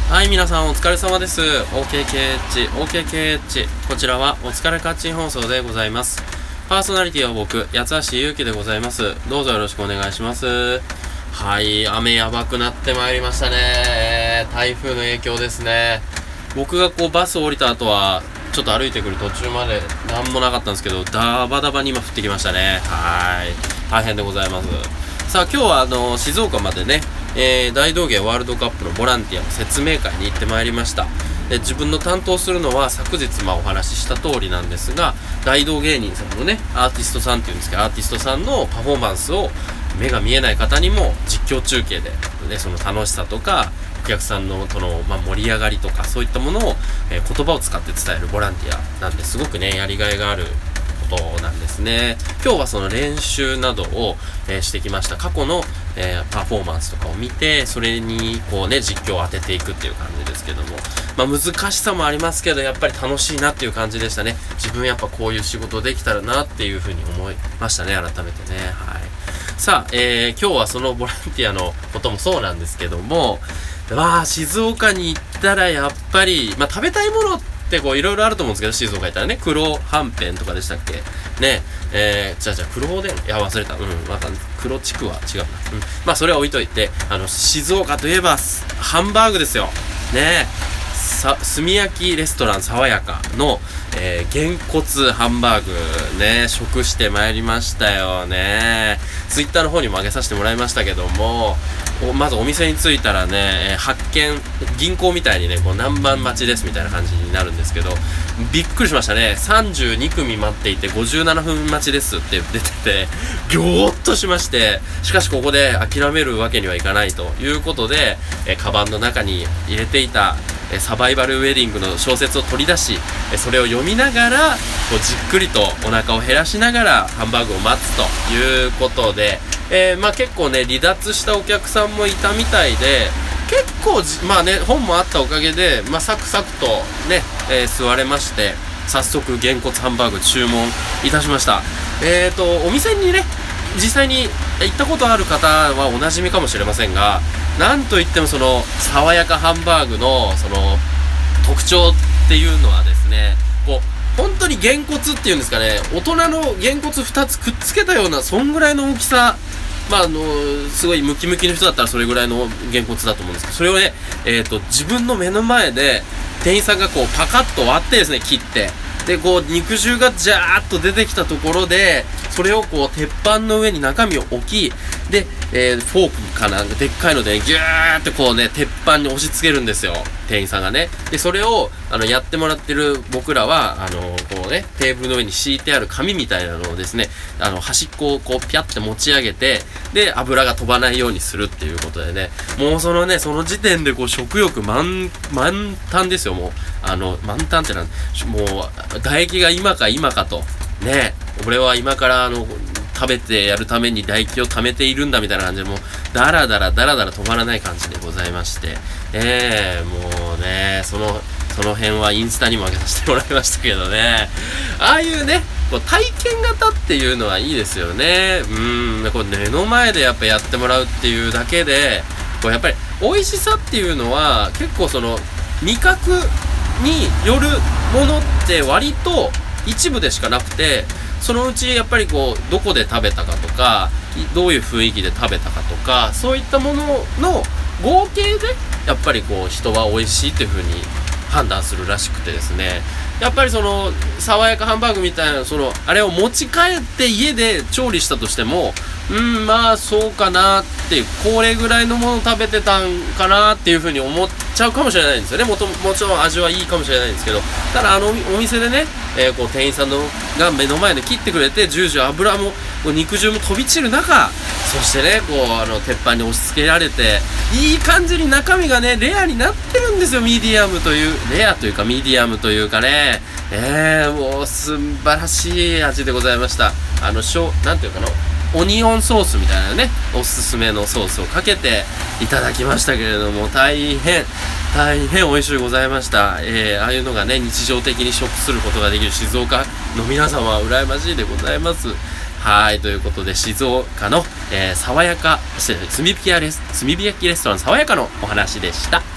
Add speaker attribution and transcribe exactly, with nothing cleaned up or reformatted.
Speaker 1: はい、皆さんお疲れ様です。 オーケーケーエイチ オーケーケーエイチ こちらはお疲れカッチン放送でございます。パーソナリティは僕八橋ゆうきでございます。どうぞよろしくお願いします。はい、雨やばくなってまいりましたね。台風の影響ですね。僕がこうバス降りた後はちょっと歩いてくる途中まで何もなかったんですけど、ダバダバに今降ってきましたね。はい、大変でございます。さあ、今日はあの静岡までね、えー、大道芸ワールドカップのボランティアの説明会に行ってまいりました。で、自分の担当するのは昨日まあお話しした通りなんですが、大道芸人さんのね、アーティストさんっていうんですけど、アーティストさんのパフォーマンスを目が見えない方にも実況中継で、ね、その楽しさとかお客さんのその、まあ、盛り上がりとかそういったものを、えー、言葉を使って伝えるボランティアなんで、すごくねやりがいがあることなんですね。今日はその練習などを、えー、してきました。過去の、えー、パフォーマンスとかを見て、それにこうね実況を当てていくっていう感じですけども、まあ難しさもありますけど、やっぱり楽しいなっていう感じでしたね。自分やっぱこういう仕事できたらなっていうふうに思いましたね、改めてね。はい。さあ、えー、今日はそのボランティアのこともそうなんですけども、まあ静岡に行ったらやっぱり、まあ食べたいものってこういろいろあると思うんですけど、静岡行ったらね、黒はんぺんとかでしたっけね、えー、じゃあじゃあ黒おでん、いや忘れた、うん、また黒ちくわ違うな、うん、まあそれは置いといて、あの静岡といえばハンバーグですよね。さ炭焼きレストラン爽やかの、えー、げんこつハンバーグね、食してまいりましたよね。ツイッターの方にも上げさせてもらいましたけども、まずお店に着いたらね、発見銀行みたいにね、こう何番待ちですみたいな感じになるんですけど、びっくりしましたね。さんじゅうにくみ待っていてごじゅうななふん待ちですって出てて、ぎょーっとしまして、しかしここで諦めるわけにはいかないということで、えカバンの中に入れていたサバイバルウェディングの小説を取り出し、それを読みながらこうじっくりとお腹を減らしながらハンバーグを待つということで、えー、まあ結構ね離脱したお客さんもいたみたいで、結構まあね本もあったおかげで、まあ、サクサクとね、えー、座れまして、早速げんこつハンバーグ注文いたしました。えーとお店にね実際に行ったことある方はおなじみかもしれませんが、なんといってもその爽やかハンバーグのその特徴っていうのはですね、こう本当にげんこつっていうんですかね、大人のげんこつふたつくっつけたようなそんぐらいの大きさ、まああのすごいムキムキの人だったらそれぐらいのげんこつだと思うんですけど、それをね、えーと自分の目の前で店員さんがこうパカッと割ってですね、切ってでこう肉汁がジャーッと出てきたところで、それをこう鉄板の上に中身を置き、で、えー、フォークかなでっかいので、ね、ギューってこうね鉄板に押し付けるんですよ、店員さんがね。でそれをあのやってもらってる僕らはあのこうねテーブルの上に敷いてある紙みたいなのをですね、あの端っこをこうピャって持ち上げて、で油が飛ばないようにするっていうことでね、もうそのねその時点でこう食欲満満タンですよ。もうあの満タンってなんもう唾液が今か今かとね、俺は今からあの食べてやるために唾液を溜めているんだみたいな感じで、もうダラダラダラダラ止まらない感じでございまして、えー、もうねそのその辺はインスタにも上げさせてもらいましたけどね、ああいうねこう体験型っていうのはいいですよね。うんこう目の前でやっぱやってもらうっていうだけで、こうやっぱり美味しさっていうのは結構その味覚によるものって割と一部でしかなくて、そのうちやっぱりこうどこで食べたかとか、どういう雰囲気で食べたかとか、そういったものの合計でやっぱりこう人は美味しいっていう風に判断するらしくてですね、やっぱりその爽やかハンバーグみたいなそのあれを持ち帰って家で調理したとしても、うんまあそうかなっていう、これぐらいのもの食べてたんかなっていう風に思っちゃうかもしれないんですよね。もともちろん味はいいかもしれないんですけど、ただあのお店でね、えー、こう店員さんのが目の前で切ってくれて、ジュージュー油も肉汁も飛び散る中、そしてねこうあの鉄板に押し付けられて、いい感じに中身がねレアになってるんですよ。ミディアムというレアというかミディアムというかね、えー、もう素晴らしい味でございました。あのしょなんていうかな、オニオンソースみたいなねおすすめのソースをかけていただきましたけれども、大変大変美味しゅうございました。えー、ああいうのがね日常的に食することができる静岡の皆様は羨ましいでございます。はい、ということで静岡の、えー、爽やか炭火焼きレストラン爽やかのお話でした。